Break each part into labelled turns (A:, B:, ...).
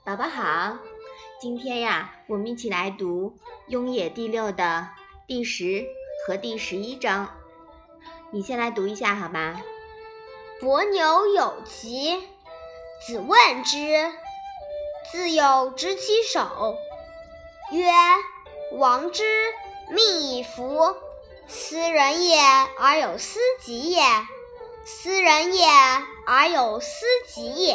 A: 宝宝好，今天呀，我们一起来读《雍也》第6的第10和第11章。你先来读一下好吗？
B: 伯牛有疾，子问之，自幼执其手，曰：王之命以服，斯人也而有斯己也，斯人也而有斯己也。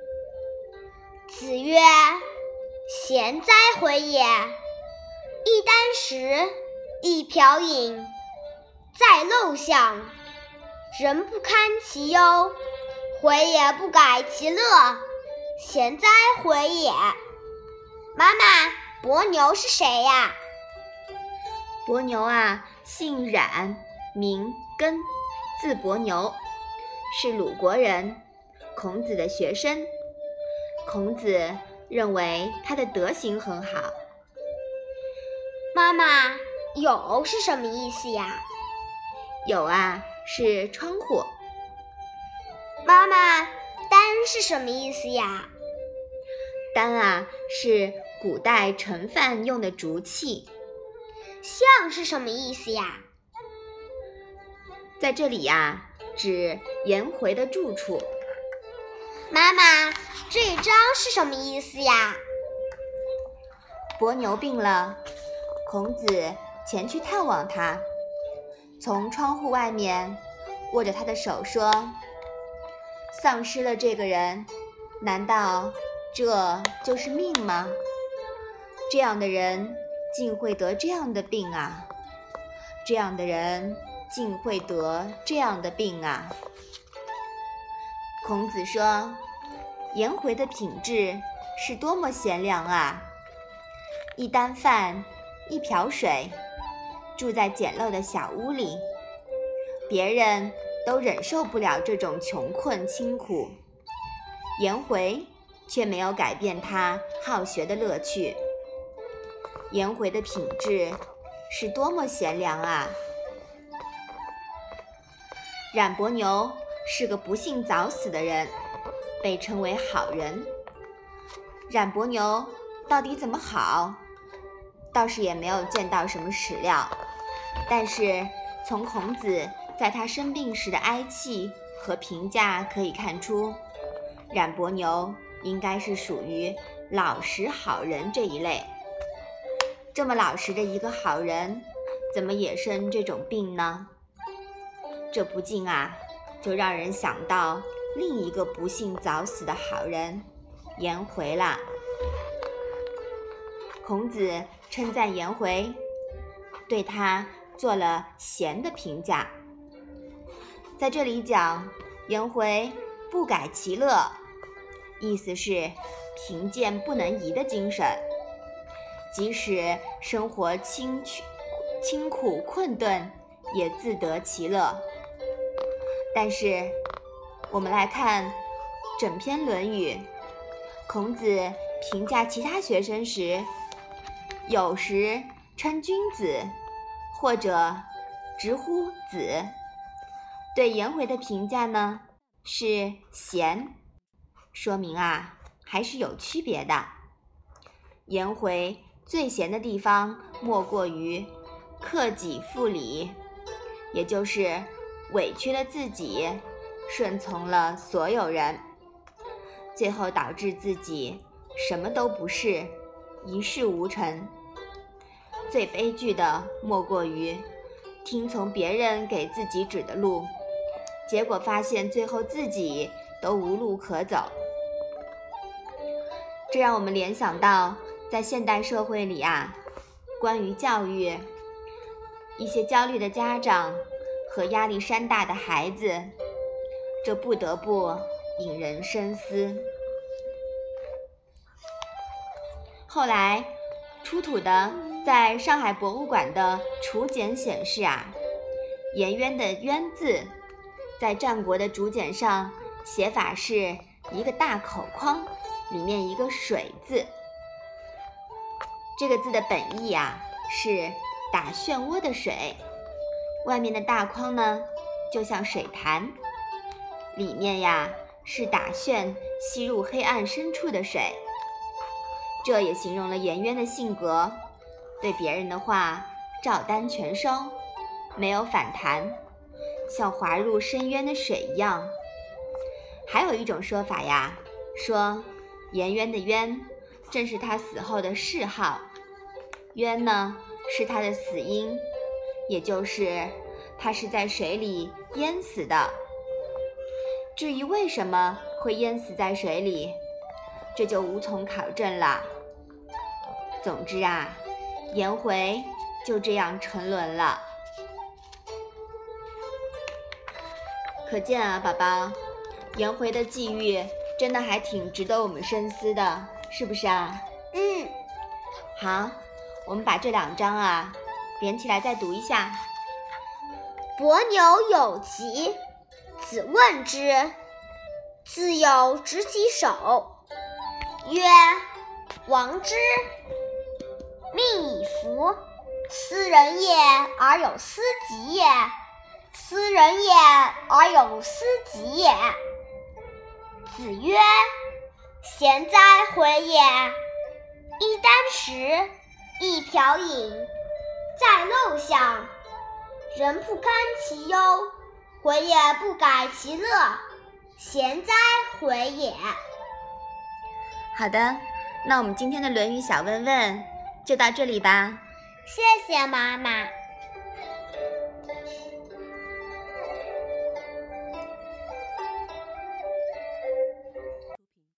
B: 子曰：贤哉回也！一箪食，一瓢饮，在陋巷，人不堪其忧，回也不改其乐，贤哉回也！妈妈，伯牛是谁呀？
A: 伯牛啊，姓冉，名根，字伯牛，是鲁国人，孔子的学生。孔子认为他的德行很好。
B: 妈妈，有是什么意思呀？
A: 有啊，是窗户。
B: 妈妈，箪是什么意思呀？
A: 箪啊，是古代盛饭用的竹器。
B: 巷是什么意思呀？
A: 在这里呀，指颜回的住处。
B: 妈妈，这一章是什么意思呀？
A: 伯牛病了，孔子前去探望他，从窗户外面握着他的手说：丧失了这个人，难道这就是命吗？这样的人竟会得这样的病啊！这样的人竟会得这样的病啊！孔子说，颜回的品质是多么贤良啊！一箪饭，一瓢水，住在简陋的小屋里，别人都忍受不了这种穷困清苦，颜回却没有改变他好学的乐趣。颜回的品质是多么贤良啊！冉伯牛是个不幸早死的人，被称为好人。冉伯牛到底怎么好，倒是也没有见到什么史料，但是从孔子在他生病时的哀泣和评价可以看出，冉伯牛应该是属于老实好人这一类。这么老实的一个好人，怎么也生这种病呢？这不禁啊，就让人想到另一个不幸早死的好人颜回了。孔子称赞颜回，对他做了贤的评价。在这里讲颜回不改其乐，意思是贫贱不能移的精神，即使生活清苦困顿，也自得其乐。但是我们来看整篇《论语》，孔子评价其他学生时，有时称君子，或者直呼子。对颜回的评价呢，是贤，说明啊，还是有区别的。颜回最贤的地方莫过于克己复礼，也就是委屈了自己，顺从了所有人，最后导致自己什么都不是，一事无成。最悲剧的莫过于听从别人给自己指的路，结果发现最后自己都无路可走。这让我们联想到在现代社会里啊，关于教育，一些焦虑的家长和压力山大的孩子，这不得不引人深思。后来出土的在上海博物馆的竹简显示啊，颜渊的渊字在战国的竹简上写法是一个大口框，里面一个水字。这个字的本意啊，是打漩涡的水，外面的大框呢就像水潭，里面呀是打旋吸入黑暗深处的水。 这也形容了颜渊的性格，对别人的话照单全收，没有反弹，像滑入深渊的水一样。还有一种说法呀，说颜渊的渊正是他死后的谥号，渊呢是他的死因，也就是他是在水里淹死的。至于为什么会淹死在水里，这就无从考证了。总之啊，颜回就这样沉沦了。可见啊，宝宝，颜回的际遇真的还挺值得我们深思的，是不是啊？好，我们把这2章啊连起来再读一下。
B: 伯牛有疾，子问之，自有执其手，曰：王之。命以服，斯人也而有斯己也，斯人也而有斯己也。子曰：贤哉，回也！一箪食，一瓢饮，在陋巷，人不堪其忧，回也不改其乐，贤哉，回也！
A: 好的，那我们今天的《论语》小问问就到这里吧。
B: 谢谢妈妈。